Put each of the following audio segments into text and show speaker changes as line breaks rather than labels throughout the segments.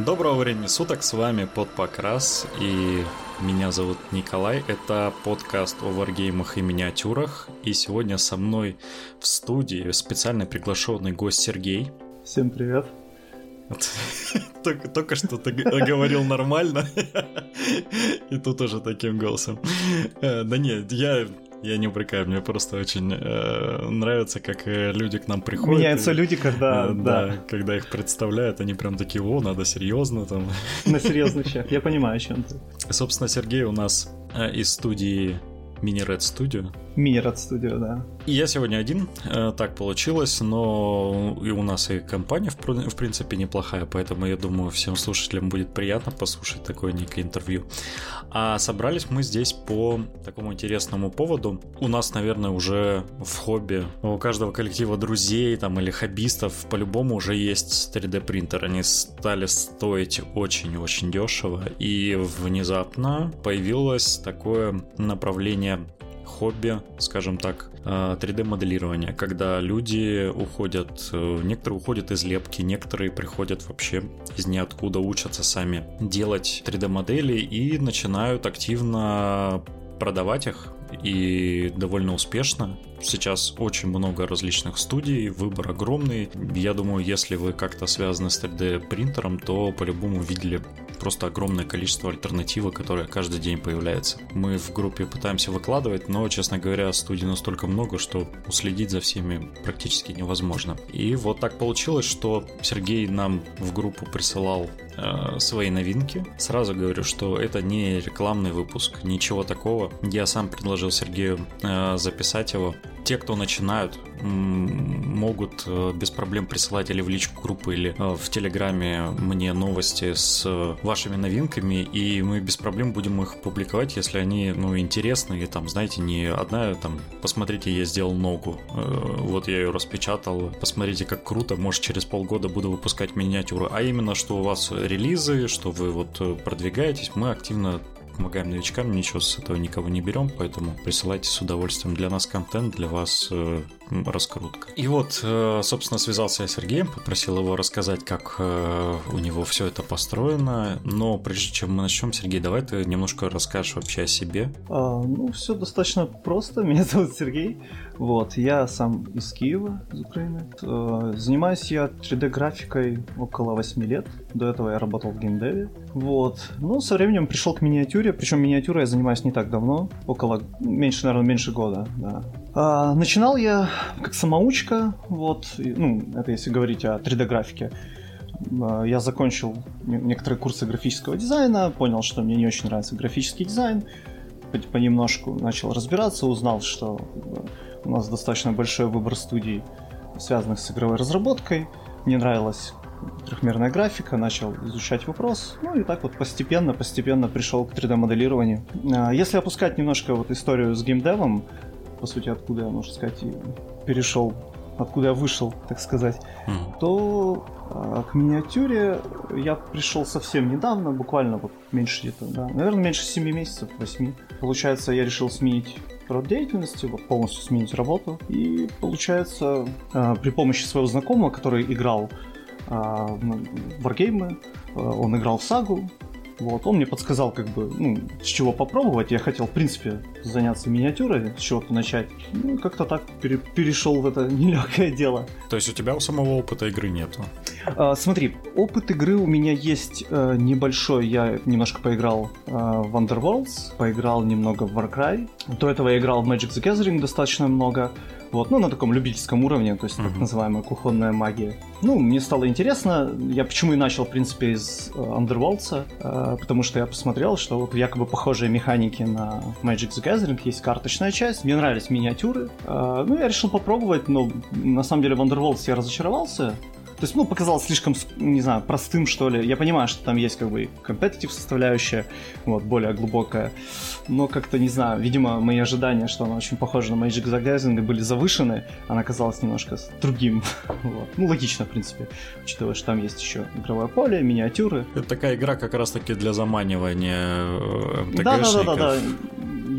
Доброго времени суток, с вами Подпокрас, и меня зовут Николай. Это подкаст о варгеймах и миниатюрах, и сегодня со мной в студии специально приглашенный гость Сергей.
Всем привет.
Только что ты говорил нормально, и тут уже таким голосом. Да нет, я не упрекаю, мне просто очень нравится, как люди к нам приходят.
Меняются люди, когда...
Да, когда их представляют, они прям такие, надо серьезно там.
На серьезный щах, я понимаю, о чем ты.
Собственно, Сергей у нас из студии Mini-Red Studio.
Mini-Red Studio, да.
И я сегодня один, так получилось, но и у нас и компания, в принципе, неплохая, поэтому я думаю, всем слушателям будет приятно послушать такое некое интервью. А собрались мы здесь по такому интересному поводу. У нас, наверное, уже в хобби, у каждого коллектива друзей там, или хоббистов по-любому уже есть 3D-принтер. Они стали стоить очень-очень дешево, и внезапно появилось такое направление хобби, скажем так, 3D-моделирование, когда люди уходят, некоторые уходят из лепки, некоторые приходят вообще из ниоткуда, учатся сами делать 3D-модели и начинают активно продавать их, и довольно успешно. Сейчас очень много различных студий, выбор огромный. Я думаю, если вы как-то связаны с 3D-принтером, то по-любому видели просто огромное количество альтернативы, которое каждый день появляется. Мы в группе пытаемся выкладывать, но, честно говоря, студий настолько много, что уследить за всеми практически невозможно. И вот так получилось, что Сергей нам в группу присылал свои новинки. Сразу говорю, что это не рекламный выпуск, ничего такого. Я сам предложил Сергею записать его. Те, кто начинают, могут без проблем присылать или в личку группы, или в Телеграме мне новости с вашими новинками, и мы без проблем будем их публиковать, если они, интересны, и там, знаете, не одна, там, посмотрите, я сделал ногу, вот я ее распечатал, посмотрите, как круто, может, через полгода буду выпускать миниатюры, а именно, что у вас релизы, что вы вот продвигаетесь, мы активно помогаем новичкам, ничего с этого никого не берем, поэтому присылайте с удовольствием. Для нас контент, для вас раскрутка. И вот, собственно, связался я с Сергеем, попросил его рассказать, как у него все это построено. Но прежде чем мы начнем, Сергей, давай ты немножко расскажешь вообще о себе.
Все достаточно просто. Меня зовут Сергей. Вот, я сам из Киева, из Украины. Занимаюсь я 3D-графикой около 8 лет. До этого я работал в геймдеве. Вот. Со временем пришел к миниатюре. Причем миниатюрой я занимаюсь не так давно. Меньше года, да. Начинал я как самоучка. Вот. Это если говорить о 3D-графике. Я закончил некоторые курсы графического дизайна. Понял, что мне не очень нравится графический дизайн. Понемножку начал разбираться. Узнал, что у нас достаточно большой выбор студий, связанных с игровой разработкой. Мне нравилась трехмерная графика, начал изучать вопрос, и так вот постепенно пришел к 3D-моделированию. Если опускать немножко вот историю с геймдевом, по сути, откуда я, можно сказать, перешел, откуда я вышел, так сказать, то к миниатюре я пришел совсем недавно, буквально вот меньше где-то, наверное, меньше 7 месяцев, 8. Получается, я решил сменить род деятельности, вот полностью сменить работу, и получается, при помощи своего знакомого, который играл в варгеймы, он играл в сагу, вот, он мне подсказал, с чего попробовать. Я хотел, в принципе, заняться миниатюрой, с чего-то начать. Как-то так перешел в это нелегкое дело.
То есть у тебя у самого опыта игры нету?
Смотри, опыт игры у меня есть небольшой. Я немножко поиграл в Underworlds, поиграл немного в Warcry. До этого я играл в Magic the Gathering достаточно много. Вот, на таком любительском уровне, то есть так называемая кухонная магия. Мне стало интересно, я почему и начал, в принципе, из Underworlds, потому что я посмотрел, что вот якобы похожие механики на Magic the Gathering, есть карточная часть, мне нравились миниатюры, я решил попробовать, но на самом деле в Underworlds я разочаровался. То есть, показалось слишком, не знаю, простым, что ли. Я понимаю, что там есть компетитив составляющая, более глубокая. Но как-то, не знаю, видимо, мои ожидания, что она очень похожа на Magic the Gathering, были завышены. Она казалась немножко другим. Логично, в принципе, учитывая, что там есть еще игровое поле, миниатюры.
Это такая игра как раз-таки для заманивания МТГшников.
Да.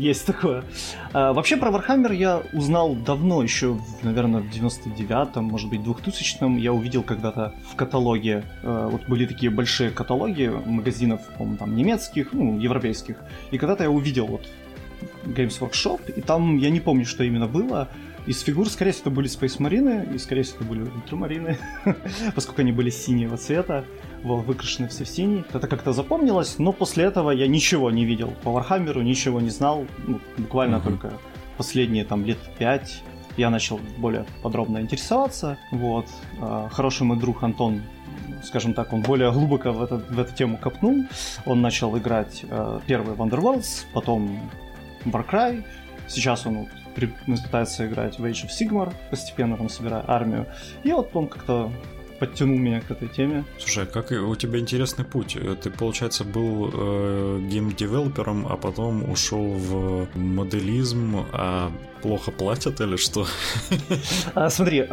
есть такое. Вообще про Warhammer я узнал давно, еще, наверное, в 99-м, может быть, 2000-м. Я увидел когда-то в каталоге, вот были такие большие каталоги магазинов, по-моему, там немецких, ну, европейских. И когда-то я увидел вот Games Workshop, и там я не помню, что именно было. Из фигур, скорее всего, это были Space Marine, и, скорее всего, это были Ультрамарины, поскольку они были синего цвета, выкрашены все в синий. Это как-то запомнилось, но после этого я ничего не видел по Warhammer'у, ничего не знал, ну, буквально только последние там лет 5 я начал более подробно интересоваться. Вот. Хороший мой друг Антон, скажем так, он более глубоко в эту тему копнул. Он начал играть первый Wonderworlds, потом Warcry. Сейчас он пытается играть в Age of Sigmar, постепенно там собирая армию. И вот он как-то подтянул меня к этой теме.
Слушай, а как у тебя интересный путь? Ты, получается, был гейм-девелопером, а потом ушел в моделизм, а плохо платят или что?
Смотри,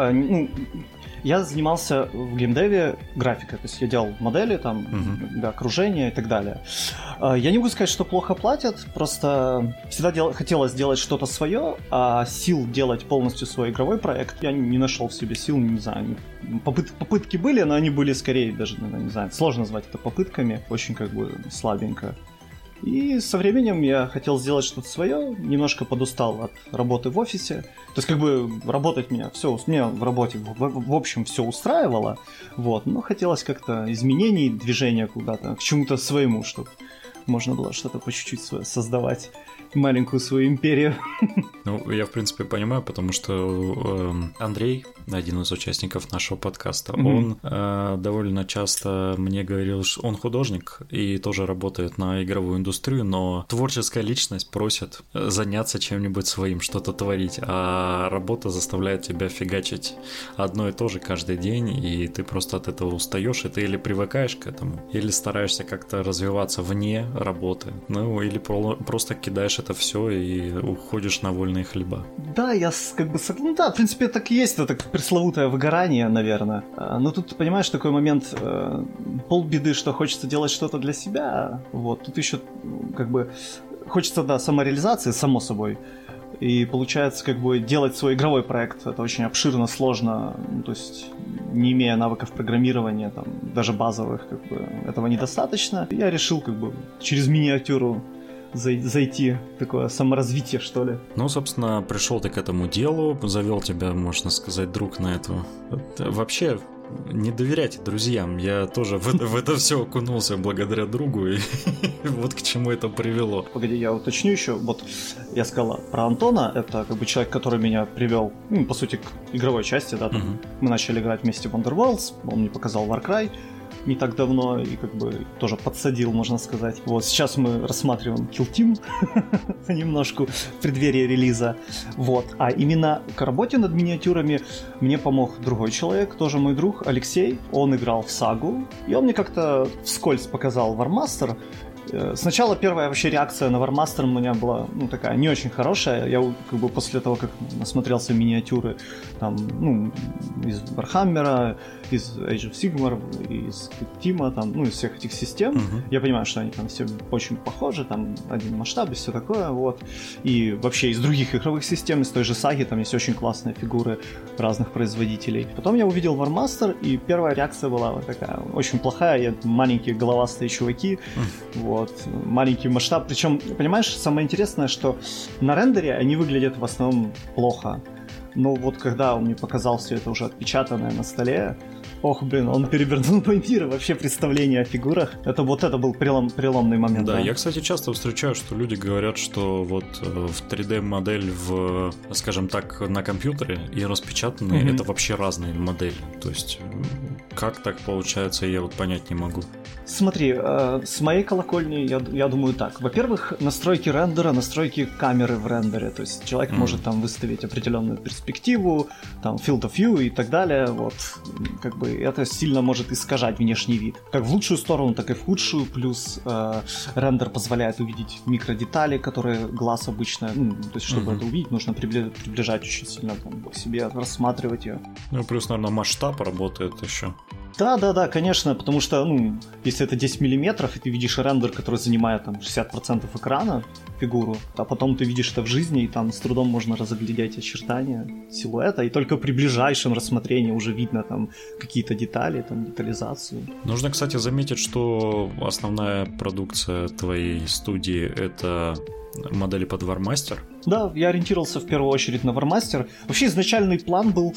я занимался в геймдеве графикой, то есть я делал модели, там, для окружения и так далее. Я не могу сказать, что плохо платят, просто всегда хотелось делать что-то свое, а сил делать полностью свой игровой проект я не нашел в себе сил, не знаю. Попытки были, но они были скорее даже, не знаю, сложно назвать это попытками, очень как бы слабенько. И со временем я хотел сделать что-то свое, немножко подустал от работы в офисе. То есть как бы работать меня в работе в общем все устраивало, вот, но хотелось как-то изменений, движения куда-то, к чему-то своему, чтобы можно было что-то по чуть-чуть свое создавать, маленькую свою империю.
Ну, я, в принципе, понимаю, потому что Андрей, один из участников нашего подкаста, он довольно часто мне говорил, что он художник и тоже работает на игровую индустрию, но творческая личность просит заняться чем-нибудь своим, что-то творить, а работа заставляет тебя фигачить одно и то же каждый день, и ты просто от этого устаешь, и ты или привыкаешь к этому, или стараешься как-то развиваться вне работы, ну, или просто кидаешь это все и уходишь на вольные хлеба.
Да, я как бы... Ну да, в принципе, так и есть, это пресловутое выгорание, наверное. Но тут, понимаешь, такой момент, полбеды, что хочется делать что-то для себя, вот, тут еще как бы хочется, да, самореализации, само собой. И получается, как бы, делать свой игровой проект, это очень обширно, сложно, ну, то есть, не имея навыков программирования, там, даже базовых, как бы, этого недостаточно. Я решил, как бы, через миниатюру зайти, такое саморазвитие, что ли.
Ну, собственно, пришел ты к этому делу, завел тебя, можно сказать, друг на эту. Вообще, не доверяйте друзьям. Я тоже в это все окунулся благодаря другу, и вот к чему это привело.
Погоди, я уточню еще. Вот я сказал про Антона, это как бы человек, который меня привел, ну, по сути, к игровой части, да, там мы начали играть вместе в Wonderworlds, он мне показал Warcry не так давно и как бы тоже подсадил, можно сказать. Вот сейчас мы рассматриваем Kill Team понемножку в преддверии релиза. Вот. А именно к работе над миниатюрами мне помог другой человек, тоже мой друг Алексей. Он играл в Сагу, и он мне как-то вскользь показал Warmaster. Сначала первая вообще реакция на Warmaster у меня была, ну, такая не очень хорошая. Я как бы после того, как насмотрелся миниатюры там, ну, из Warhammer, из Age of Sigmar, из Тима, там, ну, из всех этих систем, я понимаю, что они там все очень похожи, там один масштаб и все такое, вот. И вообще из других игровых систем, из той же Саги, там есть очень классные фигуры разных производителей. Потом я увидел Warmaster, и первая реакция была вот такая, очень плохая, маленькие головастые чуваки, вот, маленький масштаб. Причем, понимаешь, самое интересное, что на рендере они выглядят в основном плохо. Но вот когда он мне показал все это уже отпечатанное на столе, ох, блин, он перевернул мой мир, вообще представление о фигурах. Это был переломный момент.
Да, я, кстати, часто встречаю, что люди говорят, что вот в 3D-модель скажем так, на компьютере и распечатанные, это вообще разные модели. То есть, как так получается, я вот понять не могу.
Смотри, с моей колокольни я думаю так. Во-первых, настройки рендера, настройки камеры в рендере. То есть человек может там выставить определенную перспективу, там field of view и так далее. Вот, как бы это сильно может искажать внешний вид. Как в лучшую сторону, так и в худшую. Плюс рендер позволяет увидеть микродетали, которые глаз обычно, ну, то есть чтобы это увидеть, нужно приближать очень сильно там, к себе, рассматривать ее.
Ну, плюс, наверное, масштаб работает еще.
Да, конечно, потому что, если это 10 миллиметров, и ты видишь рендер, который занимает там 60% экрана, фигуру, а потом ты видишь это в жизни, и там с трудом можно разглядеть очертания силуэта, и только при ближайшем рассмотрении уже видно там какие-то детали, там детализацию.
Нужно, кстати, заметить, что основная продукция твоей студии — это модели под Warmaster.
Да, я ориентировался в первую очередь на Warmaster. Вообще изначальный план был...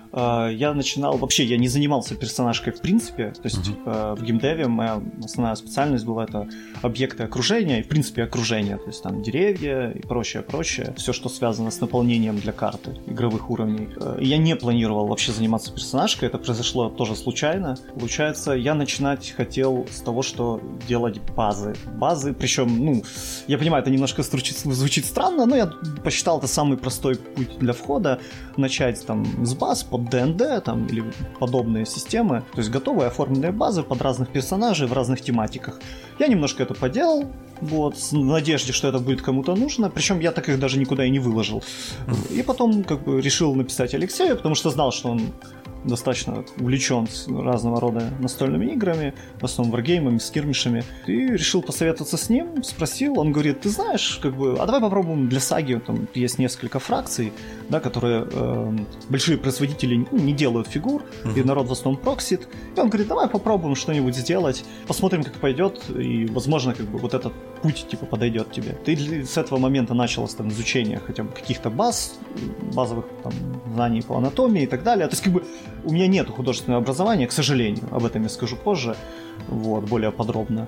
Я не занимался персонажкой в принципе, то есть в геймдеве моя основная специальность была это объекты окружения и в принципе окружение, то есть там деревья и прочее, все, что связано с наполнением для карты игровых уровней. И я не планировал вообще заниматься персонажкой, это произошло тоже случайно. Получается, я начинать хотел с того, что делать базы, причем, я понимаю, это немножко звучит странно, но я посчитал это самый простой путь для входа, начать там с баз под D&D там, или подобные системы, то есть готовые оформленные базы под разных персонажей в разных тематиках. Я немножко это поделал, в надежде, что это будет кому-то нужно, причем я так их даже никуда и не выложил. И потом решил написать Алексею, потому что знал, что он достаточно увлечен разного рода настольными играми, в основном варгеймами, скирмишами. И решил посоветоваться с ним, спросил, он говорит, ты знаешь, а давай попробуем для саги, там есть несколько фракций, да, которые большие производители не делают фигур, и народ в основном проксит. И он говорит, давай попробуем что-нибудь сделать, посмотрим, как пойдет, и, возможно, вот этот путь, подойдет тебе. Ты с этого момента началось там изучение хотя бы каких-то базовых там знаний по анатомии и так далее. То есть, у меня нет художественного образования, к сожалению, об этом я скажу позже, более подробно.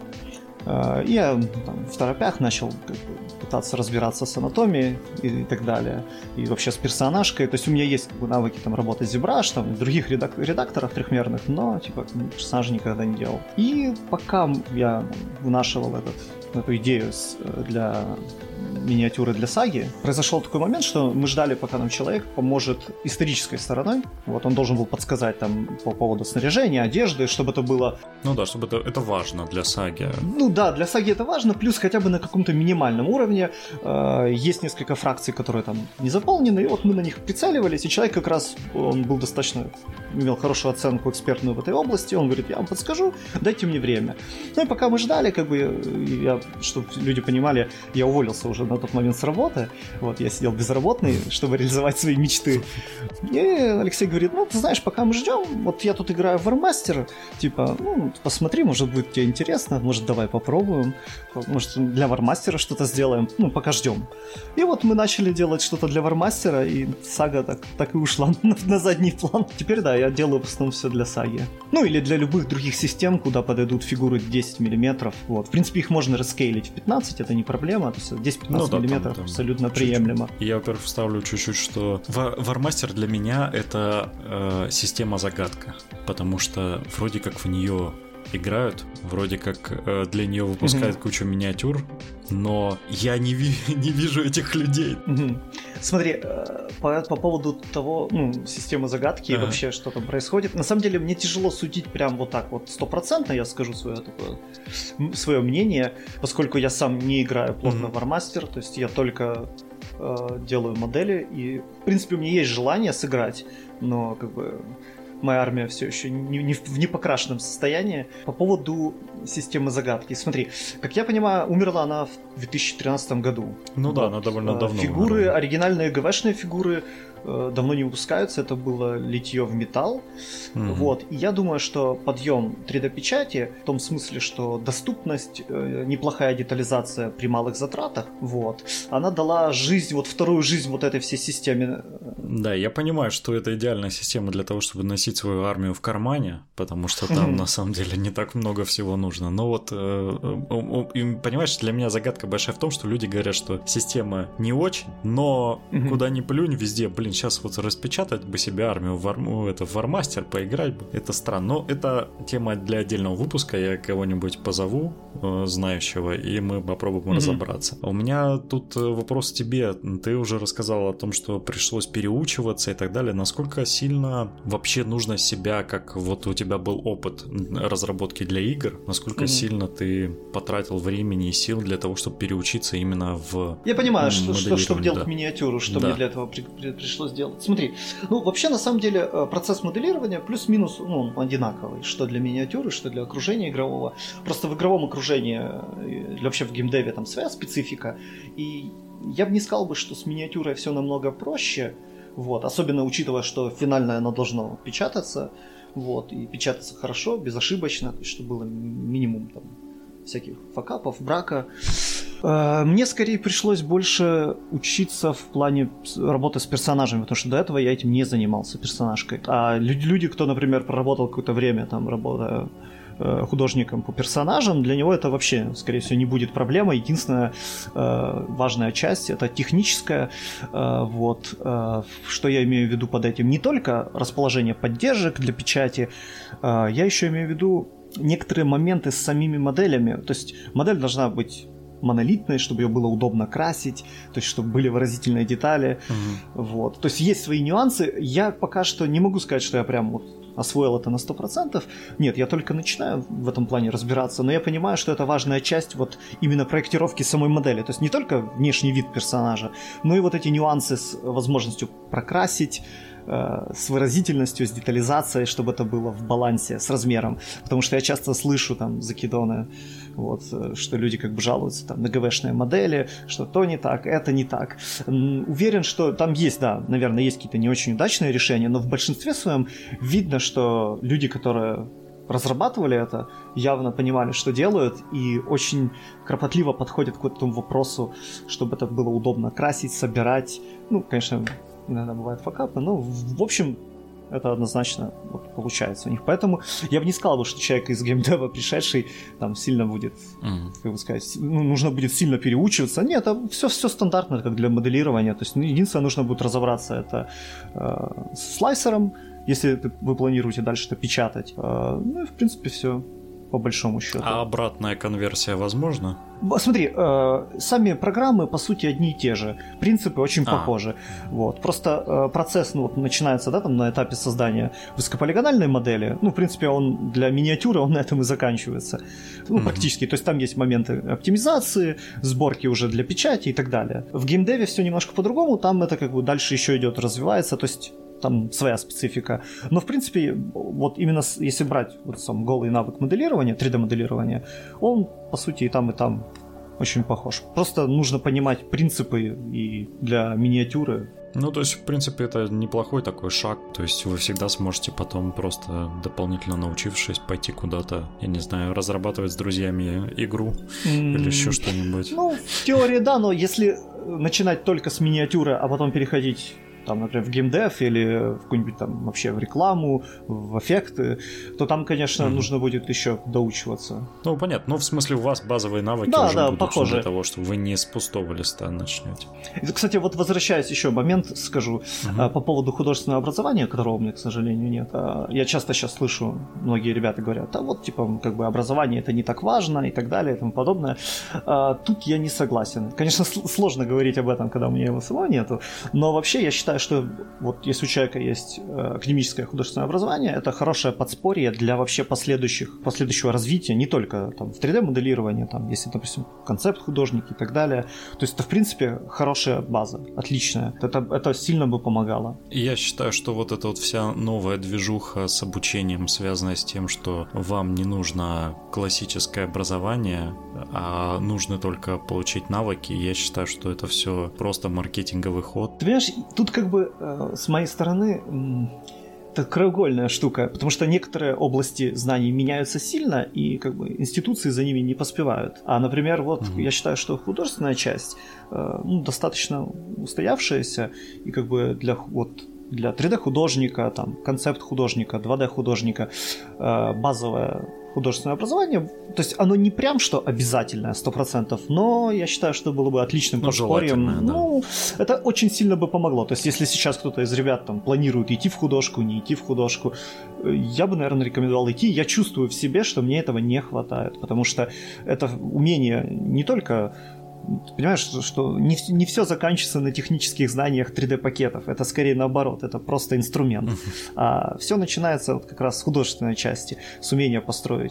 Я в торопях начал пытаться разбираться с анатомией и так далее, и вообще с персонажкой. То есть у меня есть навыки работать с ZBrush, в других редакторах трехмерных, но персонажа никогда не делал. И пока я вынашивал эту идею для миниатюры для саги, произошел такой момент, что мы ждали, пока нам человек поможет исторической стороной. Он должен был подсказать по поводу снаряжения, одежды, чтобы это было...
чтобы это важно для саги.
Для саги это важно, плюс хотя бы на каком-то минимальном уровне. Есть несколько фракций, которые там не заполнены, и мы на них прицеливались, и человек как раз, он был имел хорошую оценку экспертную в этой области, он говорит, я вам подскажу, дайте мне время. И пока мы ждали, чтобы люди понимали, я уволился уже на тот момент с работы, я сидел безработный, чтобы реализовать свои мечты. И Алексей говорит, ты знаешь, пока мы ждем, я тут играю в Warmaster, посмотри, может будет тебе интересно, может давай попробуем, может для Warmaster что-то сделаем, пока ждем. И мы начали делать что-то для Warmaster, и сага так и ушла на задний план. Теперь, да, я делаю в основном все для саги. Или для любых других систем, куда подойдут фигуры 10 мм. В принципе, их можно раскейлить в 15, это не проблема, то есть 10-15 миллиметров абсолютно приемлемо.
Я, во-первых, вставлю чуть-чуть, что Warmaster для меня это система-загадка, потому что вроде как в нее играют, вроде как для нее выпускают кучу миниатюр, но я не вижу этих людей.
Смотри, по поводу того, системы загадки и вообще, что там происходит, на самом деле мне тяжело судить прям стопроцентно, я скажу свое мнение, поскольку я сам не играю плотно в Warmaster, то есть я только делаю модели, и в принципе у меня есть желание сыграть, но моя армия все еще в непокрашенном состоянии. По поводу системы загадки. Смотри, как я понимаю, умерла она в 2013 году.
Она довольно давно.
Фигуры, оригинальные ГВшные фигуры давно не выпускаются, это было литье в металл. И я думаю, что подъем 3D-печати, в том смысле, что доступность, неплохая детализация при малых затратах, она дала жизнь, вторую жизнь этой всей системе.
Да, я понимаю, что это идеальная система для того, чтобы носить свою армию в кармане, потому что там на самом деле не так много всего нужно. Но понимаешь, для меня загадка большая в том, что люди говорят, что система не очень, но куда ни плюнь, везде, сейчас распечатать бы себе армию в Warmaster, поиграть бы, это странно. Но это тема для отдельного выпуска, я кого-нибудь позову, знающего, и мы попробуем разобраться. У меня тут вопрос к тебе. Ты уже рассказал о том, что пришлось переучиваться и так далее. Насколько сильно вообще нужно себя, как у тебя был опыт разработки для игр, насколько сильно ты потратил времени и сил для того, чтобы переучиться именно в...
Я понимаю, чтобы делать миниатюру, что мне для этого пришлось пришлось делать. Смотри, ну вообще на самом деле процесс моделирования плюс-минус, ну, он одинаковый, что для миниатюры, что для окружения игрового. Просто в игровом окружении, вообще в геймдеве там своя специфика, и я бы не сказал бы, что с миниатюрой все намного проще, вот, особенно учитывая, что финально оно должно печататься, вот, и печататься хорошо, безошибочно, то есть, чтобы было минимум там всяких факапов, брака. Мне скорее пришлось больше учиться в плане работы с персонажами, потому что до этого я этим не занимался, персонажкой. А люди, кто, например, проработал какое-то время, там, работая художником по персонажам, для него это вообще, скорее всего, не будет проблемой. Единственная важная часть — это техническая. Вот. Что я имею в виду под этим? Не только расположение поддержек для печати, я еще имею в виду некоторые моменты с самими моделями. То есть модель должна быть монолитной, чтобы ее было удобно красить, то есть чтобы были выразительные детали. Вот. То есть есть свои нюансы. Я пока что не могу сказать, что я прям вот освоил это на 100%. Нет, я только начинаю в этом плане разбираться, но я понимаю, что это важная часть вот именно проектировки самой модели. То есть не только внешний вид персонажа, но и вот эти нюансы с возможностью прокрасить, с выразительностью, с детализацией, чтобы это было в балансе с размером. Потому что я часто слышу там закидоны, вот, что люди как бы жалуются там, на ГВшные модели, что то не так, это не так. Уверен, что там есть, да, наверное, есть какие-то не очень удачные решения, но в большинстве своем видно, что люди, которые разрабатывали это, явно понимали, что делают, и очень кропотливо подходят к этому вопросу, чтобы это было удобно красить, собирать. Ну, конечно, иногда бывают факапы, но в общем это однозначно вот, получается у них. Поэтому я бы не сказал, что человек из геймдева пришедший там сильно будет, как бы сказать, нужно будет сильно переучиваться. Нет, это все стандартно, как для моделирования. То есть единственное, нужно будет разобраться это с слайсером, если вы планируете дальше это печатать. Ну и в принципе все. По большому счету.
А обратная конверсия возможна?
Смотри, сами программы по сути одни и те же, принципы очень похожи. Вот. Просто процесс вот, начинается, да, там, на этапе создания высокополигональной модели. Ну, в принципе, он для миниатюры он на этом и заканчивается. Ну, практически. То есть там есть моменты оптимизации, сборки уже для печати и так далее. В геймдеве все немножко по-другому, там это как бы дальше еще идет, развивается. То есть там своя специфика. Но, в принципе, вот именно если брать вот сам голый навык моделирования, 3D-моделирования, он, по сути, и там очень похож. Просто нужно понимать принципы и для миниатюры.
Ну, то есть, в принципе, это неплохой такой шаг. То есть вы всегда сможете потом просто дополнительно научившись пойти куда-то, я не знаю, разрабатывать с друзьями игру или еще что-нибудь.
Ну, в теории да, но если начинать только с миниатюры, а потом переходить там, например, в геймдев или в какую-нибудь там вообще в рекламу, в эффекты, то там, конечно, нужно будет еще доучиваться.
Ну, понятно. Ну, в смысле, у вас базовые навыки уже будут похожи. Для того, чтобы вы не с пустого листа начнете.
Кстати, вот возвращаясь еще момент, скажу, по поводу художественного образования, которого у меня, к сожалению, нет. Я часто сейчас слышу, многие ребята говорят, а вот, типа, как бы образование это не так важно и так далее и тому подобное. Тут я не согласен. Конечно, сложно говорить об этом, когда у меня его самого нету, но вообще я считаю, что вот если у человека есть академическое художественное образование, это хорошее подспорье для вообще последующего развития, не только там, в 3D-моделировании, там, если, допустим, концепт-художник и так далее. То есть это, в принципе, хорошая база, отличная. Это сильно бы помогало.
Я считаю, что вот эта вот вся новая движуха с обучением, связанная с тем, что вам не нужно классическое образование, а нужно только получить навыки, я считаю, что это все просто маркетинговый ход.
Ты понимаешь, тут как бы с моей стороны это краеугольная штука, потому что некоторые области знаний меняются сильно, и как бы институции за ними не поспевают. А, например, вот я считаю, что художественная часть достаточно устоявшаяся, и как бы для 3D-художника, там, концепт-художника, 2D-художника базовое художественное образование, то есть оно не прям что обязательное 100%, но я считаю, что было бы отличным подспорьем. Ну, это очень сильно бы помогло. То есть если сейчас кто-то из ребят там планирует идти в художку, не идти в художку, я бы, наверное, рекомендовал идти. Я чувствую в себе, что мне этого не хватает, потому что это умение не только... Понимаешь, что не все заканчивается на технических знаниях 3D-пакетов. Это скорее наоборот, это просто инструмент. А все начинается вот как раз с художественной части, с умения построить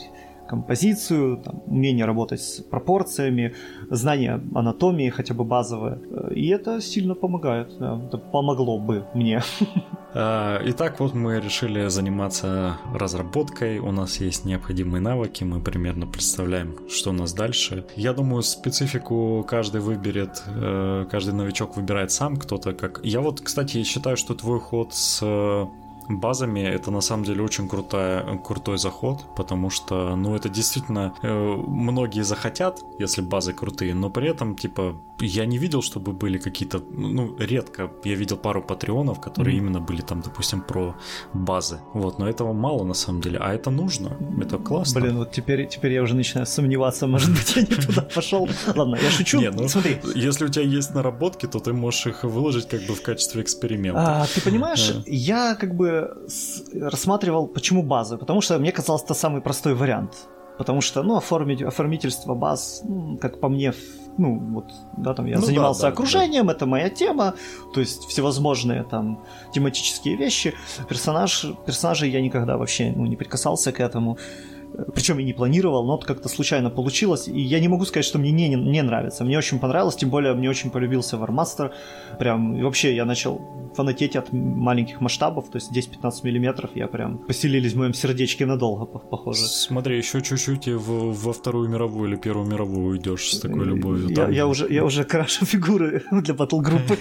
композицию, там, умение работать с пропорциями, знание анатомии хотя бы базовое. И это сильно помогает. Да. Это помогло бы мне.
Итак, вот мы решили заниматься разработкой, у нас есть необходимые навыки, мы примерно представляем, что у нас дальше. Я думаю, специфику каждый выберет, каждый новичок выбирает сам, кто-то как... Я вот, кстати, считаю, что твой ход с базами — это на самом деле очень крутой заход, потому что, ну, это действительно многие захотят, если базы крутые, но при этом, типа, я не видел, чтобы были какие-то, ну, редко я видел пару патреонов, которые именно были там, допустим, про базы, вот, но этого мало на самом деле, а это нужно, это классно.
Блин, вот теперь я уже начинаю сомневаться, может быть, я не туда пошел. Ладно, я шучу.
Не, ну, смотри. Если у тебя есть наработки, то ты можешь их выложить как бы в качестве эксперимента.
Ты понимаешь, я как бы рассматривал, почему базы, потому что мне казалось, это самый простой вариант. Потому что, ну, оформительство баз, ну, как по мне, ну, вот, да, там я занимался окружением, это моя тема, то есть всевозможные там тематические вещи. Персонажей я никогда вообще, ну, не прикасался к этому. Причем и не планировал, но как-то случайно получилось. И я не могу сказать, что мне не нравится. Мне очень понравилось, тем более мне очень полюбился Warmaster. Прям, и вообще я начал фанатеть от маленьких масштабов, то есть 10-15 миллиметров. Я прям поселились в моем сердечке надолго, похоже.
Смотри, еще чуть-чуть и во Вторую мировую или Первую мировую уйдешь с такой любовью.
Я уже крашу фигуры для батл-группы.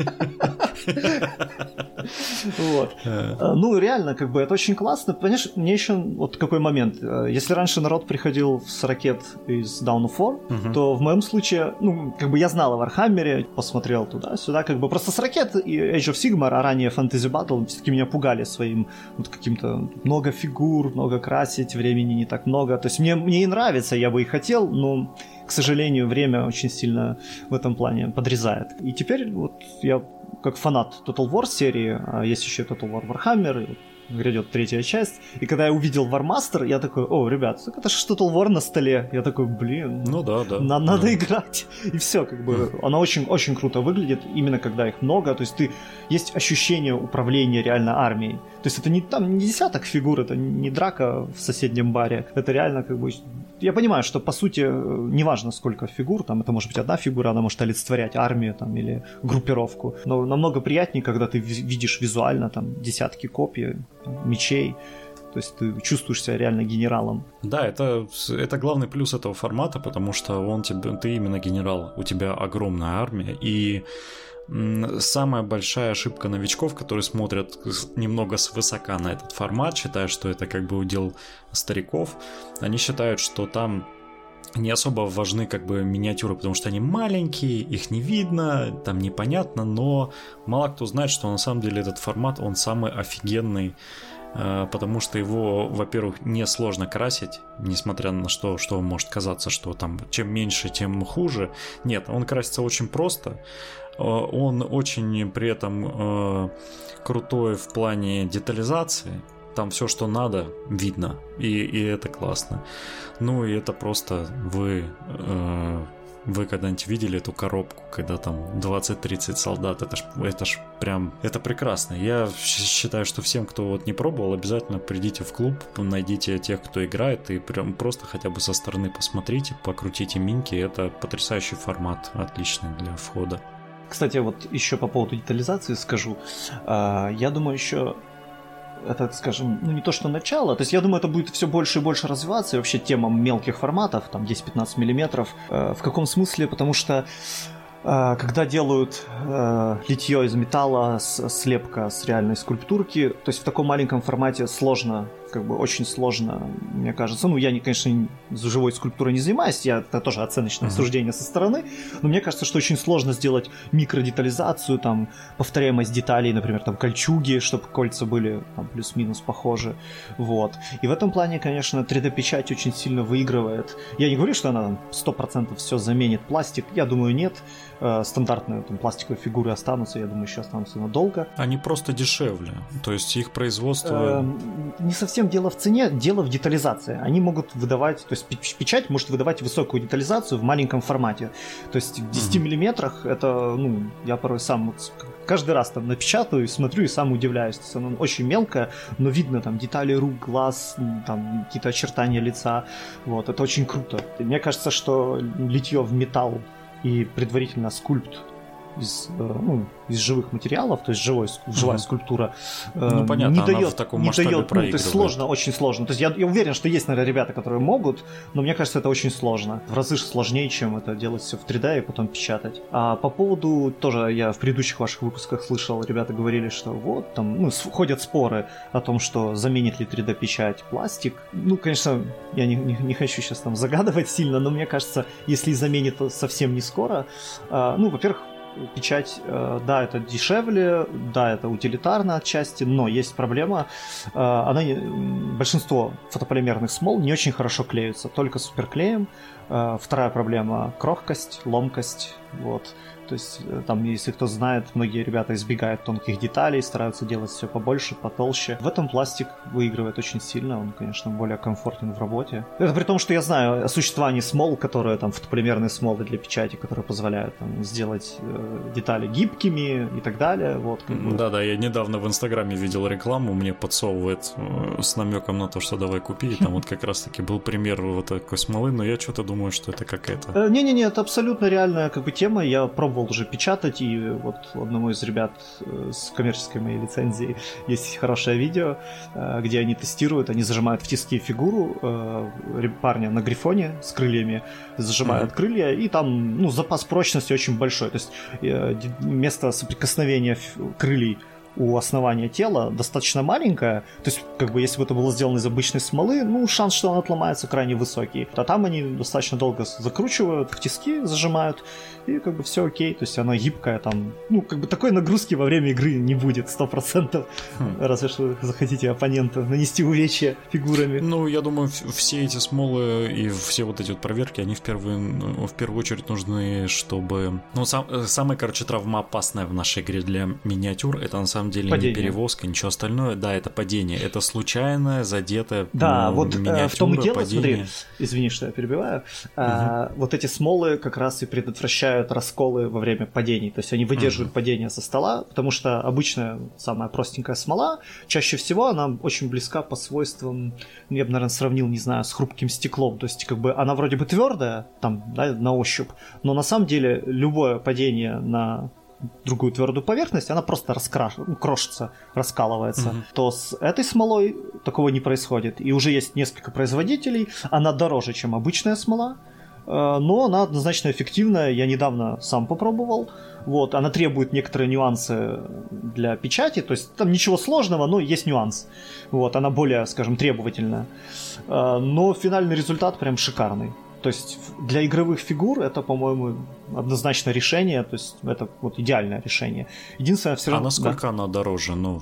Вот. Ну, реально, как бы это очень классно. Понимаешь, мне еще вот какой момент. Если раньше народ приходил с ракет из Dawn of War, то в моем случае, ну, как бы я знал о Вархаммере, посмотрел туда-сюда, как бы просто с ракет и Age of Sigmar, а ранее Fantasy Battle, все-таки меня пугали своим вот каким-то много фигур, много красить, времени не так много. То есть мне и нравится, я бы и хотел, но, к сожалению, время очень сильно в этом плане подрезает. И теперь вот я как фанат Total War серии, а есть еще Total War Warhammer, и грядет 3-я часть, и когда я увидел Warmaster, я такой: о, ребят, так это же Total War на столе. Я такой: блин,
ну да.
Надо играть. И все, как бы, она очень круто выглядит, именно когда их много, то есть есть ощущение управления реально армией. То есть это не десяток фигур, это не драка в соседнем баре, это реально как бы... Я понимаю, что по сути неважно сколько фигур, там это может быть одна фигура, она может олицетворять армию там, или группировку, но намного приятнее, когда ты видишь визуально там десятки копий, мечей, то есть ты чувствуешь себя реально генералом.
Да, это главный плюс этого формата, потому что ты именно генерал, у тебя огромная армия, и самая большая ошибка новичков, которые смотрят немного свысока на этот формат, считая, что это как бы удел стариков, они считают, что там не особо важны как бы миниатюры, потому что они маленькие, их не видно, там непонятно, но мало кто знает, что на самом деле этот формат, он самый офигенный, потому что его, во-первых, несложно красить, несмотря на что может казаться, что там чем меньше, тем хуже. Нет, он красится очень просто. Он очень при этом крутой в плане детализации. Там все, что надо, видно. И это классно. Ну и это просто вы когда-нибудь видели эту коробку, когда там 20-30 солдат? Это ж прям... Это прекрасно. Я считаю, что всем, кто вот не пробовал, обязательно придите в клуб, найдите тех, кто играет, и прям просто хотя бы со стороны посмотрите, покрутите миньки. Это потрясающий формат, отличный для входа.
Кстати, вот еще по поводу детализации скажу. Я думаю, еще это, скажем, ну не то что начало, то есть я думаю, это будет все больше и больше развиваться, и вообще тема мелких форматов, там 10-15 миллиметров. В каком смысле? Потому что когда делают литье из металла, слепка с реальной скульптурки, то есть в таком маленьком формате сложно, как бы очень сложно, мне кажется. Ну, я, конечно, живой скульптурой не занимаюсь, это тоже оценочное суждение со стороны, но мне кажется, что очень сложно сделать микродетализацию, там, повторяемость деталей, например, там, кольчуги, чтобы кольца были там, плюс-минус похожи, вот. И в этом плане, конечно, 3D-печать очень сильно выигрывает. Я не говорю, что она там 100% все заменит пластик, я думаю, нет. Стандартные там, пластиковые фигуры останутся, я думаю, еще останутся надолго.
Они просто дешевле, то есть их производство...
Не совсем совсем дело в цене, дело в детализации. Они могут выдавать, то есть печать может выдавать высокую детализацию в маленьком формате. То есть в 10 миллиметрах это, ну, я порой сам каждый раз там напечатаю, смотрю и сам удивляюсь. То есть она очень мелкая, но видно там детали рук, глаз, там какие-то очертания лица. Вот, это очень круто. И мне кажется, что литье в металл и предварительно скульпт из живых материалов, то есть живая скульптура,
ну, понятно,
не
она
дает,
в таком
не
масштабе
дает,
проигрывает.
То есть сложно, очень сложно. То есть я уверен, что есть, наверное, ребята, которые могут, но мне кажется, это очень сложно. В разы сложнее, чем это делать все в 3D и потом печатать. А по поводу, тоже я в предыдущих ваших выпусках слышал, ребята говорили, что вот там, ну, ходят споры о том, что заменит ли 3D-печать пластик. Ну, конечно, я не хочу сейчас там загадывать сильно, но мне кажется, если заменит, то совсем не скоро. Ну, во-первых, печать, да, это дешевле, да, это утилитарно отчасти, но есть проблема. Большинство фотополимерных смол не очень хорошо клеются, только суперклеем. Вторая проблема – крохкость, ломкость, вот. То есть там, если кто знает, многие ребята избегают тонких деталей, стараются делать все побольше, потолще. В этом пластик выигрывает очень сильно, он, конечно, более комфортен в работе. Это при том, что я знаю о существовании смол, которые там фотополимерные смолы для печати, которые позволяют там сделать детали гибкими и так далее. Вот, как бы.
Да-да, я недавно в Инстаграме видел рекламу, мне подсовывает с намеком на то, что давай купи, и там вот как раз-таки был пример вот такой смолы, но я что-то думаю, что это какая-то...
Не-не-не, это абсолютно реальная как бы тема, я пробовал уже печатать, и вот у одного из ребят с коммерческой моей лицензией есть хорошее видео, где они тестируют, они зажимают в тиски фигуру парня на грифоне с крыльями, зажимают крылья, и там, ну, запас прочности очень большой, то есть место соприкосновения крыльев у основания тела достаточно маленькая, то есть, как бы, если бы это было сделано из обычной смолы, ну, шанс, что она отломается, крайне высокий. А там они достаточно долго закручивают, в тиски зажимают, и, как бы, все окей, то есть она гибкая, там, ну, как бы, такой нагрузки во время игры не будет, 100%, разве что вы захотите оппоненту нанести увечья фигурами.
Ну, я думаю, все эти смолы и все вот эти вот проверки, они в первую очередь нужны, чтобы... Ну, самое, короче, травмоопасное в нашей игре для миниатюр, это, на самом деле,
падение.
Не перевозка, ничего остальное, да, это падение, это случайное, задетое
да, вот
миниатюра,
в том и дело,
падение.
смотри, извини, что я перебиваю, вот эти смолы как раз и предотвращают расколы во время падений, то есть они выдерживают падение со стола, потому что обычная самая простенькая смола, чаще всего она очень близка по свойствам, я бы, наверное, сравнил, не знаю, с хрупким стеклом, то есть как бы она вроде бы твердая, там, да, на ощупь, но на самом деле любое падение на другую твердую поверхность, она просто крошится, раскалывается. То с этой смолой такого не происходит. И уже есть несколько производителей, она дороже, чем обычная смола, но она однозначно эффективная, я недавно сам попробовал. Вот, она требует некоторые нюансы для печати, то есть там ничего сложного, но есть нюанс. Вот, она более, скажем, требовательная. Но финальный результат прям шикарный. То есть для игровых фигур это, по-моему, однозначно решение, то есть это вот идеальное решение. Единственное, все равно...
А насколько она дороже? Ну,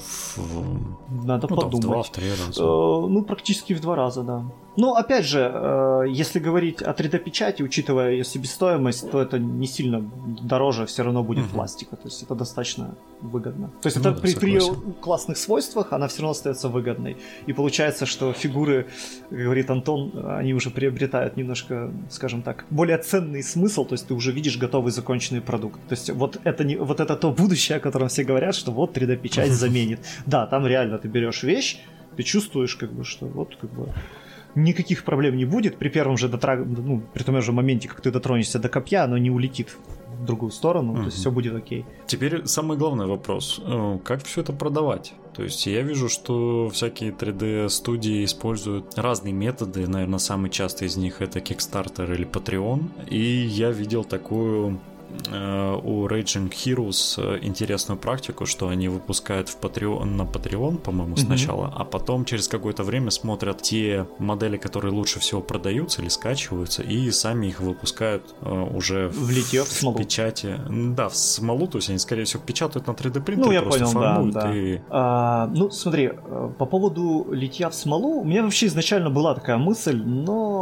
надо подумать.
В 2-3 раза.
Ну, практически в 2 раза, да. Но, опять же, если говорить о 3D-печати, учитывая ее себестоимость, то это не сильно дороже все равно будет пластика. То есть это достаточно выгодно. То есть это при классных свойствах она все равно остается выгодной. И получается, что фигуры, как говорит Антон, они уже приобретают немножко, скажем так, более ценный смысл. То есть ты уже видишь готовый законченный продукт. То есть вот это то будущее, о котором все говорят, что вот 3D-печать заменит. Да, там реально ты берешь вещь, ты чувствуешь, как бы, что вот как бы... Никаких проблем не будет. При первом же при том же моменте, как ты дотронешься до копья, оно не улетит в другую сторону, то есть все будет окей.
Теперь самый главный вопрос. Как все это продавать? То есть я вижу, что всякие 3D-студии используют разные методы. Наверное, самый частый из них это Kickstarter или Patreon. И я видел такую... у Raging Heroes интересную практику, что они выпускают на Patreon, по-моему, сначала, а потом через какое-то время смотрят те модели, которые лучше всего продаются или скачиваются, и сами их выпускают уже
в литье, в смолу.
печати. Да, в смолу, то есть они, скорее всего, печатают на 3D принтере,
ну, я
просто
понял,
формуют.
Да.
И...
Ну, смотри, по поводу литья в смолу, у меня вообще изначально была такая мысль, но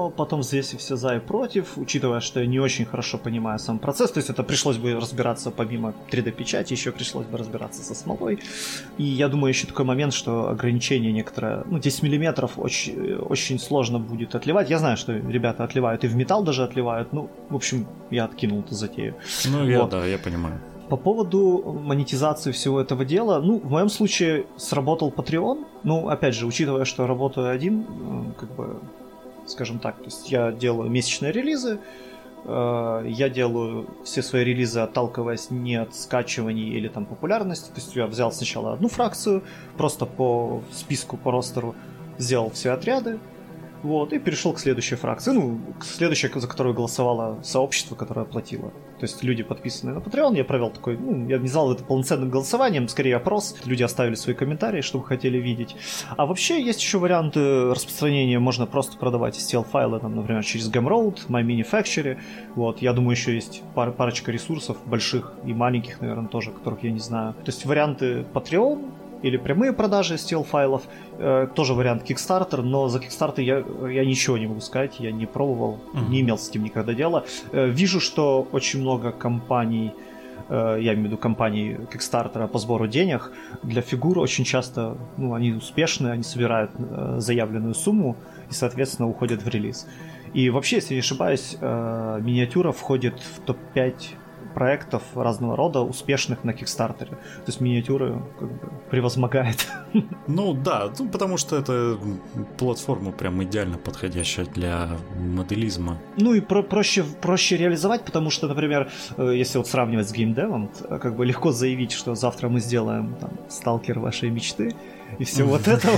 но потом взвесив все за и против, учитывая, что я не очень хорошо понимаю сам процесс, то есть это пришлось бы разбираться помимо 3D-печати, еще пришлось бы разбираться со смолой. И я думаю, еще такой момент, что ограничение некоторое, 10 миллиметров очень, очень сложно будет отливать. Я знаю, что ребята отливают и в металл даже отливают, в общем, я откинул эту затею.
Я понимаю.
По поводу монетизации всего этого дела, в моем случае сработал Patreon. Опять же, учитывая, что работаю один, скажем так, то есть я делаю месячные релизы, я делаю все свои релизы, отталкиваясь не от скачиваний или там популярности, то есть я взял сначала одну фракцию, просто по списку, по ростеру сделал все отряды, и перешел к следующей фракции. К следующей, за которую голосовало сообщество, которое платило. То есть люди, подписанные на Patreon, я провел такой, я не знал это полноценным голосованием, скорее опрос. Люди оставили свои комментарии, что бы хотели видеть. А вообще есть еще варианты распространения. Можно просто продавать STL-файлы, например, через Gumroad, MyMinifactory. Я думаю, еще есть парочка ресурсов, больших и маленьких, наверное, тоже, которых я не знаю. То есть варианты Patreon, или прямые продажи STL-файлов, тоже вариант Kickstarter, но за Kickstarter я ничего не могу сказать, я не пробовал, не имел с этим никогда дела. Вижу, что очень много компаний, я имею в виду компаний Kickstarter по сбору денег, для фигур очень часто, они успешны, они собирают заявленную сумму и, соответственно, уходят в релиз. И вообще, если не ошибаюсь, миниатюра входит в топ-5 проектов разного рода, успешных на Кикстартере. То есть миниатюры превозмогает.
Потому что это платформа прям идеально подходящая для моделизма.
И проще реализовать, потому что, например, если сравнивать с геймдевом, легко заявить, что завтра мы сделаем сталкер вашей мечты, и все это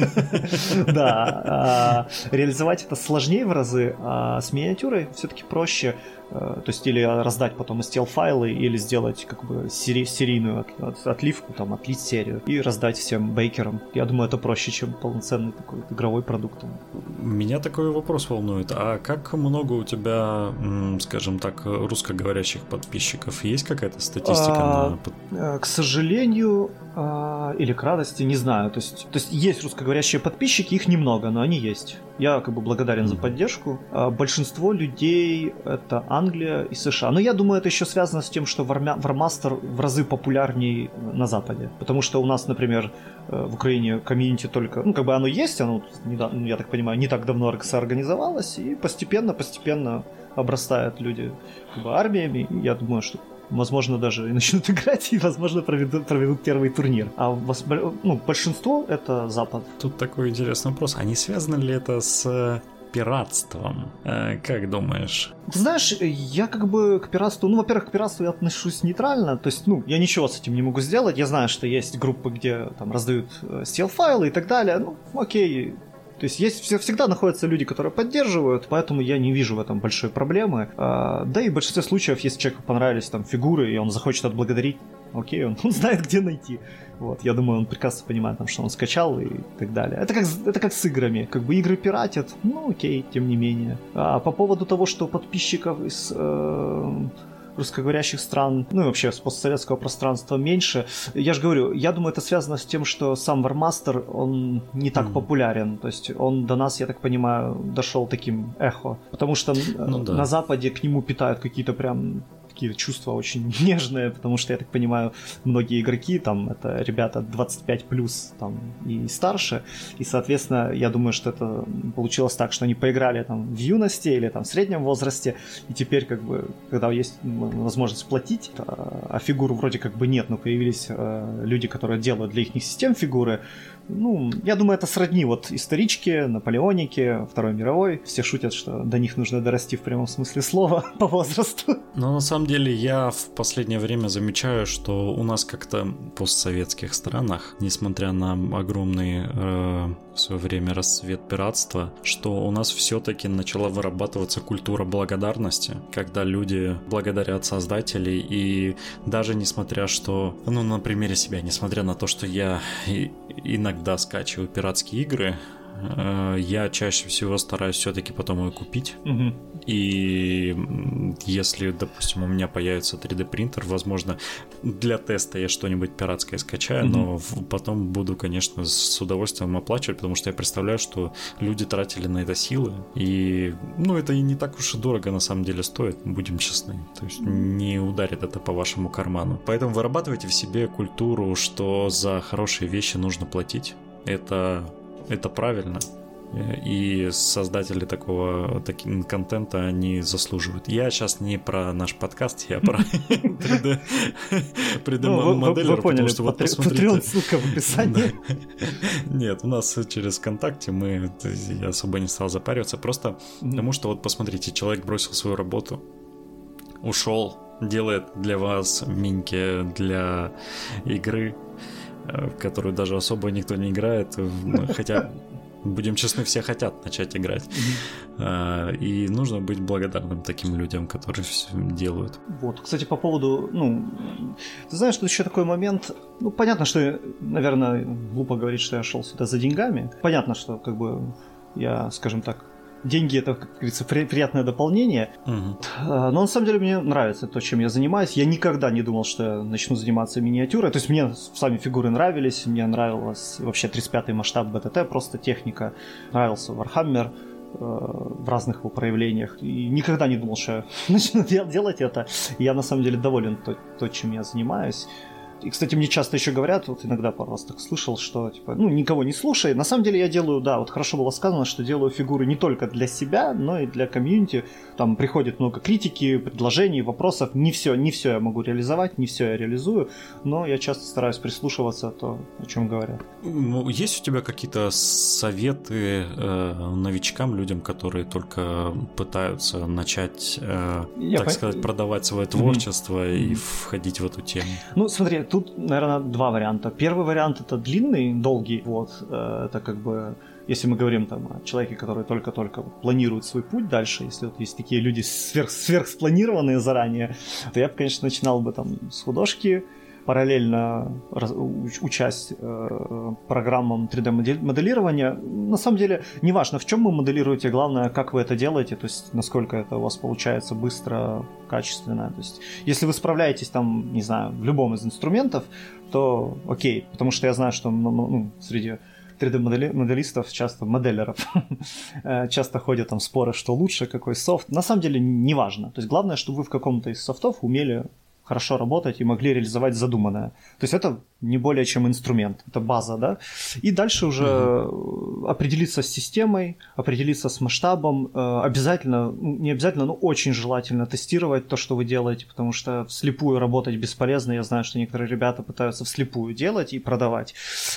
Да. Реализовать это сложнее в разы, а с миниатюрой все-таки проще. То есть или раздать потом STL-файлы, или сделать серийную отливку, отлить серию и раздать всем бейкерам. Я думаю, это проще, чем полноценный такой игровой продукт.
Меня такой вопрос волнует. А как много у тебя, скажем так, русскоговорящих подписчиков? Есть какая-то статистика?
К сожалению, или к радости, не знаю. То есть есть русскоговорящие подписчики, их немного, но они есть. Я благодарен за поддержку. Большинство людей это Англия и США. Но я думаю, это еще связано с тем, что Warmaster в разы популярней на Западе. Потому что у нас, например, в Украине комьюнити только... оно есть, оно, я так понимаю, не так давно соорганизовалось, и постепенно обрастают люди армиями. Я думаю, что возможно, даже и начнут играть, и, возможно, проведут первый турнир. А большинство — это Запад.
Тут такой интересный вопрос. А не связано ли это с пиратством? Как думаешь?
Ты знаешь, я к пиратству... во-первых, к пиратству я отношусь нейтрально. То есть, я ничего с этим не могу сделать. Я знаю, что есть группы, где раздают STL-файлы и так далее. Окей. То есть всегда находятся люди, которые поддерживают, поэтому я не вижу в этом большой проблемы. Да и в большинстве случаев, если человеку понравились фигуры, и он захочет отблагодарить, окей, он знает, где найти. Я думаю, он прекрасно понимает, что он скачал и так далее. Это как с играми. Игры пиратят, окей, тем не менее. А по поводу того, что подписчиков из русскоговорящих стран, и вообще с постсоветского пространства меньше. Я же говорю, я думаю, это связано с тем, что сам Warmaster, он не так популярен. То есть он до нас, я так понимаю, дошел таким эхо. Потому что на Западе к нему питают какие-то прям такие чувства очень нежные, потому что, я так понимаю, многие игроки, это ребята 25+, и старше, и, соответственно, я думаю, что это получилось так, что они поиграли в юности или в среднем возрасте, и теперь, когда есть возможность платить, а фигур вроде нет, но появились люди, которые делают для их систем фигуры, я думаю, это сродни историчке, Наполеонике, Второй мировой. Все шутят, что до них нужно дорасти в прямом смысле слова по возрасту.
Но на самом деле я в последнее время замечаю, что у нас как-то в постсоветских странах, несмотря на огромный в свое время расцвет пиратства, что у нас все-таки начала вырабатываться культура благодарности, когда люди благодарят создателей, и даже несмотря что, на примере себя, несмотря на то, что я иногда скачиваю пиратские игры, я чаще всего стараюсь все-таки потом ее купить. И если, допустим, у меня появится 3D принтер, возможно, для теста я что-нибудь пиратское скачаю, но потом буду, конечно, с удовольствием оплачивать, потому что я представляю, что люди тратили на это силы, и, это и не так уж и дорого на самом деле стоит, будем честны, то есть не ударит это по вашему карману. Поэтому вырабатывайте в себе культуру, что за хорошие вещи нужно платить. Это правильно. И создатели такого контента, они заслуживают. Я сейчас не про наш подкаст, я про 3D-моделер.
Вы поняли, Patreon, ссылка в описании.
Нет, у нас через ВКонтакте я особо не стал запариваться, просто потому что вот посмотрите, человек бросил свою работу, ушел, делает для вас миньки для игры, в которую даже особо никто не играет, хотя... Будем честны, все хотят начать играть. И нужно быть благодарным таким людям, которые все делают.
Вот, кстати, по поводу, ты знаешь, тут еще такой момент, понятно, что, наверное, глупо говорить, что я шел сюда за деньгами. Понятно, что, я, скажем так, деньги — это, как говорится, приятное дополнение. Но на самом деле мне нравится то, чем я занимаюсь. Я никогда не думал, что я начну заниматься миниатюрой. То есть мне сами фигуры нравились, мне нравилось вообще 35-й масштаб БТТ, просто техника. Нравился Warhammer в разных его проявлениях. И никогда не думал, что я начну делать это. И я на самом деле доволен то, чем я занимаюсь. И, кстати, мне часто еще говорят, вот иногда пару раз так слышал, что, никого не слушай. На самом деле я делаю, вот хорошо было сказано, что делаю фигуры не только для себя, но и для комьюнити. Там приходит много критики, предложений, вопросов. Не все я могу реализовать, не все я реализую, но я часто стараюсь прислушиваться то, о чем говорят.
Есть у тебя какие-то советы новичкам, людям, которые только пытаются начать, сказать, продавать свое творчество и входить в эту тему?
Смотри, тут, наверное, два варианта. Первый вариант — это длинный, долгий. Это если мы говорим о человеке, который только-только планирует свой путь дальше, если есть такие люди сверхспланированные заранее, то я бы, конечно, начинал бы с художки, параллельно учась программам 3D-моделирования. На самом деле, неважно, в чем вы моделируете, главное, как вы это делаете, то есть насколько это у вас получается быстро, качественно. То есть, если вы справляетесь не знаю, в любом из инструментов, то окей, потому что я знаю, что среди 3D-моделистов, часто моделеров, часто ходят споры, что лучше, какой софт. На самом деле, неважно. То есть, главное, чтобы вы в каком-то из софтов умели хорошо работать и могли реализовать задуманное. То есть это не более чем инструмент, это база, да? И дальше уже определиться с системой, определиться с масштабом, обязательно, не обязательно, но очень желательно тестировать то, что вы делаете, потому что вслепую работать бесполезно. Я знаю, что некоторые ребята пытаются вслепую делать и продавать.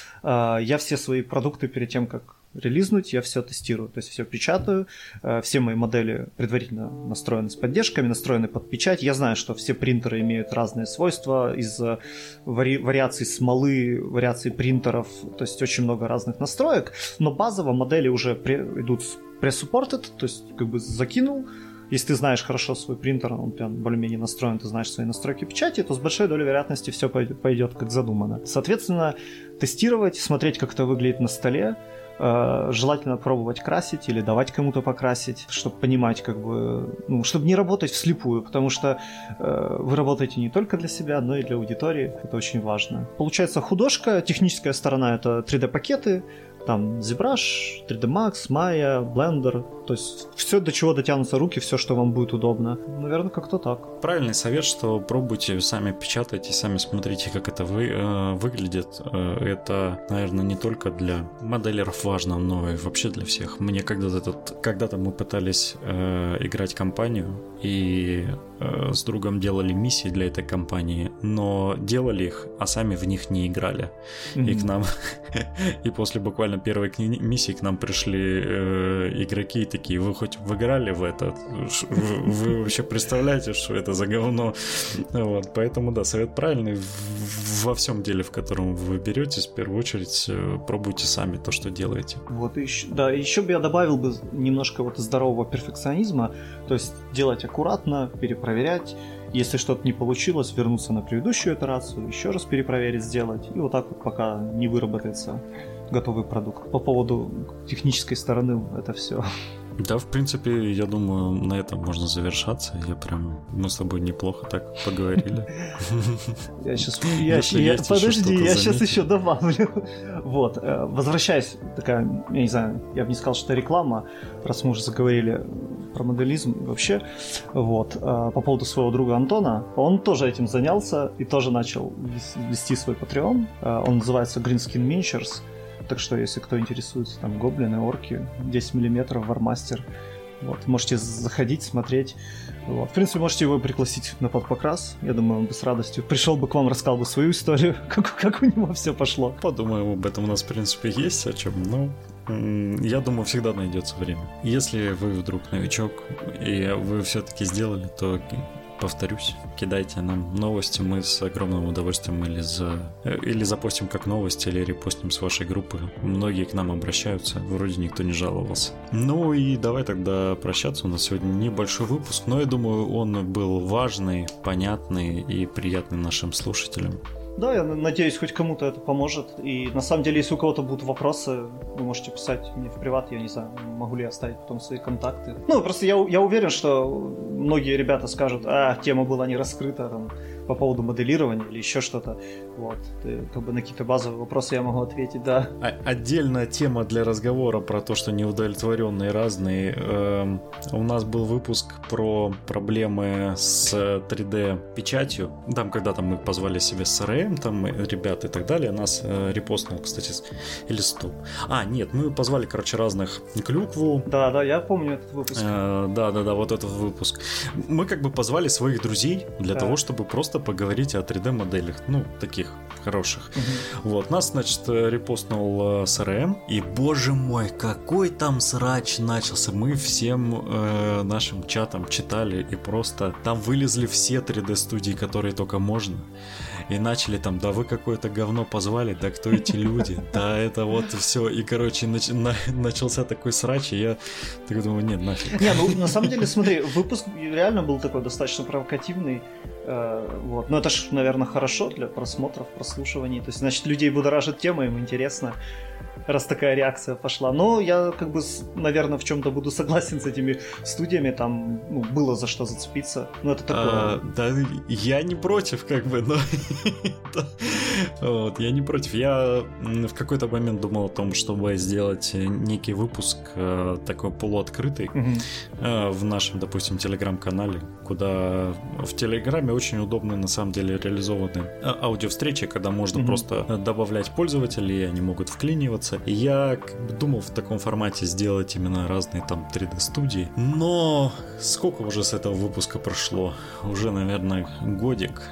Я все свои продукты перед тем, как релизнуть, я все тестирую, то есть все печатаю, все мои модели предварительно настроены с поддержками, настроены под печать. Я знаю, что все принтеры имеют разные свойства из-за вариаций смолы, вариаций принтеров, то есть очень много разных настроек, но базово модели уже идут pre-supported, то есть закинул. Если ты знаешь хорошо свой принтер, он прям более-менее настроен, ты знаешь свои настройки печати, то с большой долей вероятности все пойдет как задумано. Соответственно, тестировать, смотреть, как это выглядит на столе, желательно пробовать красить или давать кому-то покрасить, чтобы понимать, чтобы не работать вслепую, потому что вы работаете не только для себя, но и для аудитории, это очень важно. Получается, художка, техническая сторона — это 3D-пакеты, там ZBrush, 3D Max, Maya, Blender, то есть все, до чего дотянутся руки, все, что вам будет удобно. Наверное, как-то так.
Правильный совет, что пробуйте, сами печатайте, сами смотрите, как это выглядит. Это, наверное, не только для моделеров важно, но и вообще для всех. Мне когда-то мы пытались играть кампанию, и с другом делали миссии для этой кампании, но делали их, а сами в них не играли. И к нам, и после буквально первой миссии к нам пришли игроки и такие: вы хоть играли в это? Вы вообще представляете, что это за говно? Вот, поэтому, да, совет правильный. Во всем деле, в котором вы беретесь, в первую очередь пробуйте сами то, что делаете.
Вот, еще бы я добавил бы немножко здорового перфекционизма, то есть делать аккуратно, перепроверять. Если что-то не получилось, вернуться на предыдущую итерацию, еще раз перепроверить, сделать, и вот так вот пока не выработается. готовый продукт. По поводу технической стороны это все.
Да, в принципе, я думаю, на этом можно завершаться. Мы с тобой неплохо так поговорили.
Подожди, я сейчас еще добавлю. Вот, возвращаясь, такая, я не знаю, я бы не сказал, что это реклама, раз мы уже заговорили про моделизм вообще. Вот, по поводу своего друга Антона, он тоже этим занялся и тоже начал вести свой Patreon. Он называется Greenskin Miniatures. Так что, если кто интересуется, там, гоблины, орки, 10 мм, вармастер, вот, можете заходить, смотреть. Вот. В принципе, можете его пригласить на подпокрас. Я думаю, он бы с радостью пришел бы к вам, рассказал бы свою историю, как у него все пошло.
Подумаем об этом, у нас, в принципе, есть о чем, но я думаю, всегда найдется время. Если вы вдруг новичок, и вы все-таки сделали, то... Повторюсь, кидайте нам новости, мы с огромным удовольствием или запостим как новости, или репостим с вашей группы. Многие к нам обращаются, вроде никто не жаловался. Ну и давай тогда прощаться, у нас сегодня небольшой выпуск, но я думаю, он был важный, понятный и приятный нашим слушателям.
Да, я надеюсь, хоть кому-то это поможет. И на самом деле, если у кого-то будут вопросы, вы можете писать мне в приват, я не знаю, могу ли я оставить потом свои контакты. Ну, просто я уверен, что многие ребята скажут, тема была не раскрыта там, по поводу моделирования или еще что-то. Вот. Как бы на какие-то базовые вопросы я могу ответить, да.
Отдельная тема для разговора про то, что неудовлетворенные разные. У нас был выпуск про проблемы с 3D-печатью. Там, когда мы позвали себе CRM, там ребят и так далее, нас репостнул, кстати, или стоп. Нет, мы позвали, разных Клюкву.
Да, я помню этот выпуск.
Да, вот этот выпуск. Мы как бы позвали своих друзей для того, чтобы просто поговорить о 3D-моделях, таких хороших. Вот, нас, значит, репостнул CRM, и, боже мой, какой там срач начался. Мы всем нашим чатом читали, и просто там вылезли все 3D-студии, которые только можно. И начали там, да вы какое-то говно позвали, да кто эти люди, да это вот все. И, начался такой срач, и я так думаю, нет, нафиг.
На самом деле, смотри, выпуск реально был такой достаточно провокативный. Вот. Но это ж, наверное, хорошо для просмотров, прослушиваний. То есть, значит, людей будоражит тема, им интересно, раз такая реакция пошла. Но я, наверное, в чем-то буду согласен с этими студиями. Там, было за что зацепиться. Но это такое...
Да, я не против, но... Вот, я не против. Я в какой-то момент думал о том, чтобы сделать некий выпуск такой полуоткрытый в нашем, допустим, телеграм-канале, куда в телеграме очень удобно, на самом деле, реализованы аудиовстречи, когда можно просто добавлять пользователей, и они могут вклиниваться. И я думал в таком формате сделать именно разные там 3D-студии. Но сколько уже с этого выпуска прошло? Уже, наверное, годик.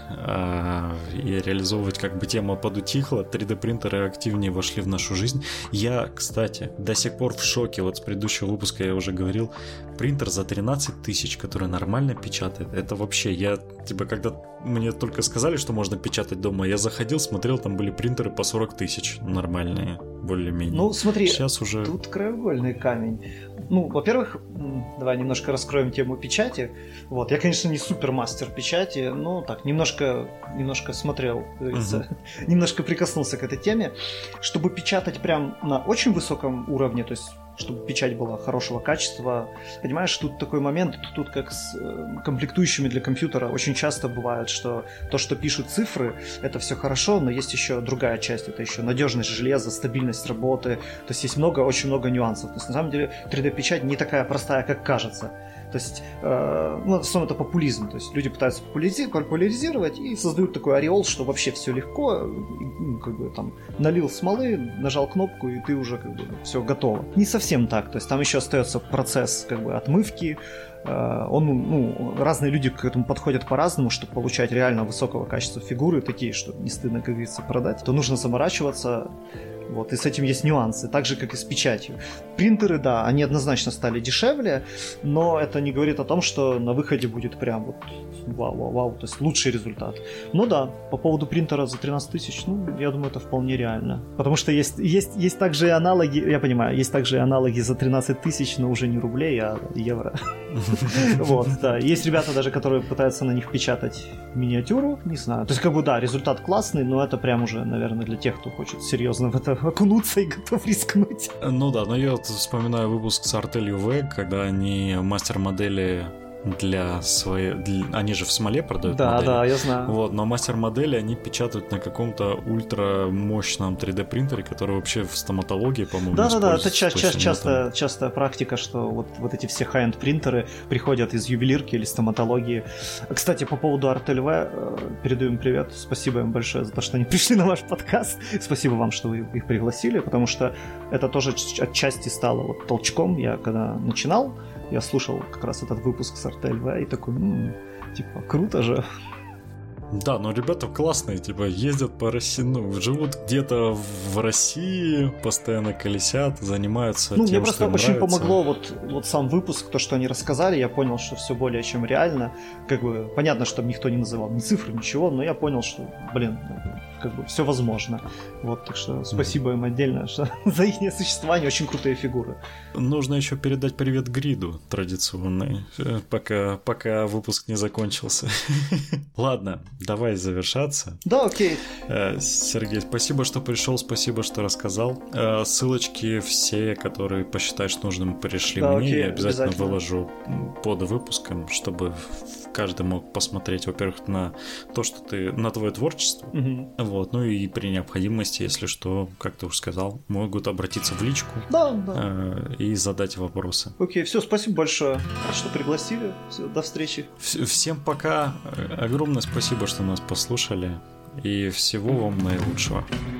И реализовывать тема подутихла, 3D-принтеры активнее вошли в нашу жизнь. Я, кстати, до сих пор в шоке. Вот с предыдущего выпуска я уже говорил, принтер за 13 тысяч, который нормально печатает, это вообще, когда мне только сказали, что можно печатать дома, я заходил, смотрел, там были принтеры по 40 тысяч нормальные, более-менее.
Смотри,
сейчас уже...
тут краеугольный камень. Во-первых, давай немножко раскроем тему печати. Вот, я, конечно, не супермастер печати, но так, немножко смотрел, немножко прикоснулся к этой теме. Чтобы печатать прям на очень высоком уровне, то есть чтобы печать была хорошего качества. Понимаешь, тут такой момент, тут как с комплектующими для компьютера очень часто бывает, что то, что пишут цифры, это все хорошо, но есть еще другая часть, это еще надежность железа, стабильность работы, то есть есть очень много нюансов. То есть на самом деле 3D-печать не такая простая, как кажется. То есть, в основном это популизм. То есть люди пытаются популяризировать и создают такой ореол, что вообще все легко. Там налил смолы, нажал кнопку, и ты уже все готово. Не совсем так. То есть там еще остается процесс отмывки. Разные люди к этому подходят по-разному, чтобы получать реально высокого качества фигуры, такие, что не стыдно, как говорится, продать. То нужно заморачиваться. Вот, и с этим есть нюансы, так же, как и с печатью. Принтеры, да, они однозначно стали дешевле, но это не говорит о том, что на выходе будет прям вау, то есть лучший результат. Ну да, по поводу принтера за 13 тысяч, я думаю, это вполне реально. Потому что есть также аналоги, я понимаю, есть также аналоги за 13 тысяч, но уже не рублей, а евро. Вот, да. Есть ребята даже, которые пытаются на них печатать миниатюру, не знаю. То есть, как бы, да, результат классный, но это прям уже, наверное, для тех, кто хочет серьезно в это окунуться и готов рискнуть.
Ну да, но я вот вспоминаю выпуск с Артелью В, когда они мастер-модели для своей... Они же в смоле продают модели.
Да, я знаю.
Вот, но мастер-модели они печатают на каком-то ультрамощном 3D принтере, который вообще в стоматологии, по-моему,
да, это частая практика, что вот эти все high-end принтеры приходят из ювелирки или стоматологии. Кстати, по поводу Артель В, передаю им привет. Спасибо им большое за то, что они пришли на ваш подкаст. Спасибо вам, что вы их пригласили, потому что это тоже отчасти стало вот толчком. Я когда начинал, я слушал как раз этот выпуск с Артель В и такой, типа, круто же.
Да, но ребята классные, типа, ездят по России, живут где-то в России, постоянно колесят, занимаются тем,
мне просто
что им
очень
нравится.
помогло вот сам выпуск, то, что они рассказали, я понял, что все более чем реально. Как бы, понятно, что никто не называл ни цифры, ничего, но я понял, что, как бы, все возможно. Вот, так что спасибо им отдельно за их существование, очень крутые фигуры.
Нужно еще передать привет Гриду традиционный, пока выпуск не закончился. Ладно, давай завершаться.
Да, окей.
Сергей, спасибо, что пришел, спасибо, что рассказал. Ссылочки все, которые посчитаешь нужным, пришли мне.
Окей,
я обязательно выложу под выпуском, чтобы каждый мог посмотреть, во-первых, на то, что на твое творчество. Вот, ну и при необходимости, если что, как ты уже сказал, могут обратиться в личку. И задать вопросы.
Окей, все, спасибо большое, что пригласили. Все, до встречи.
Всем пока. Огромное спасибо, что нас послушали. И всего вам наилучшего.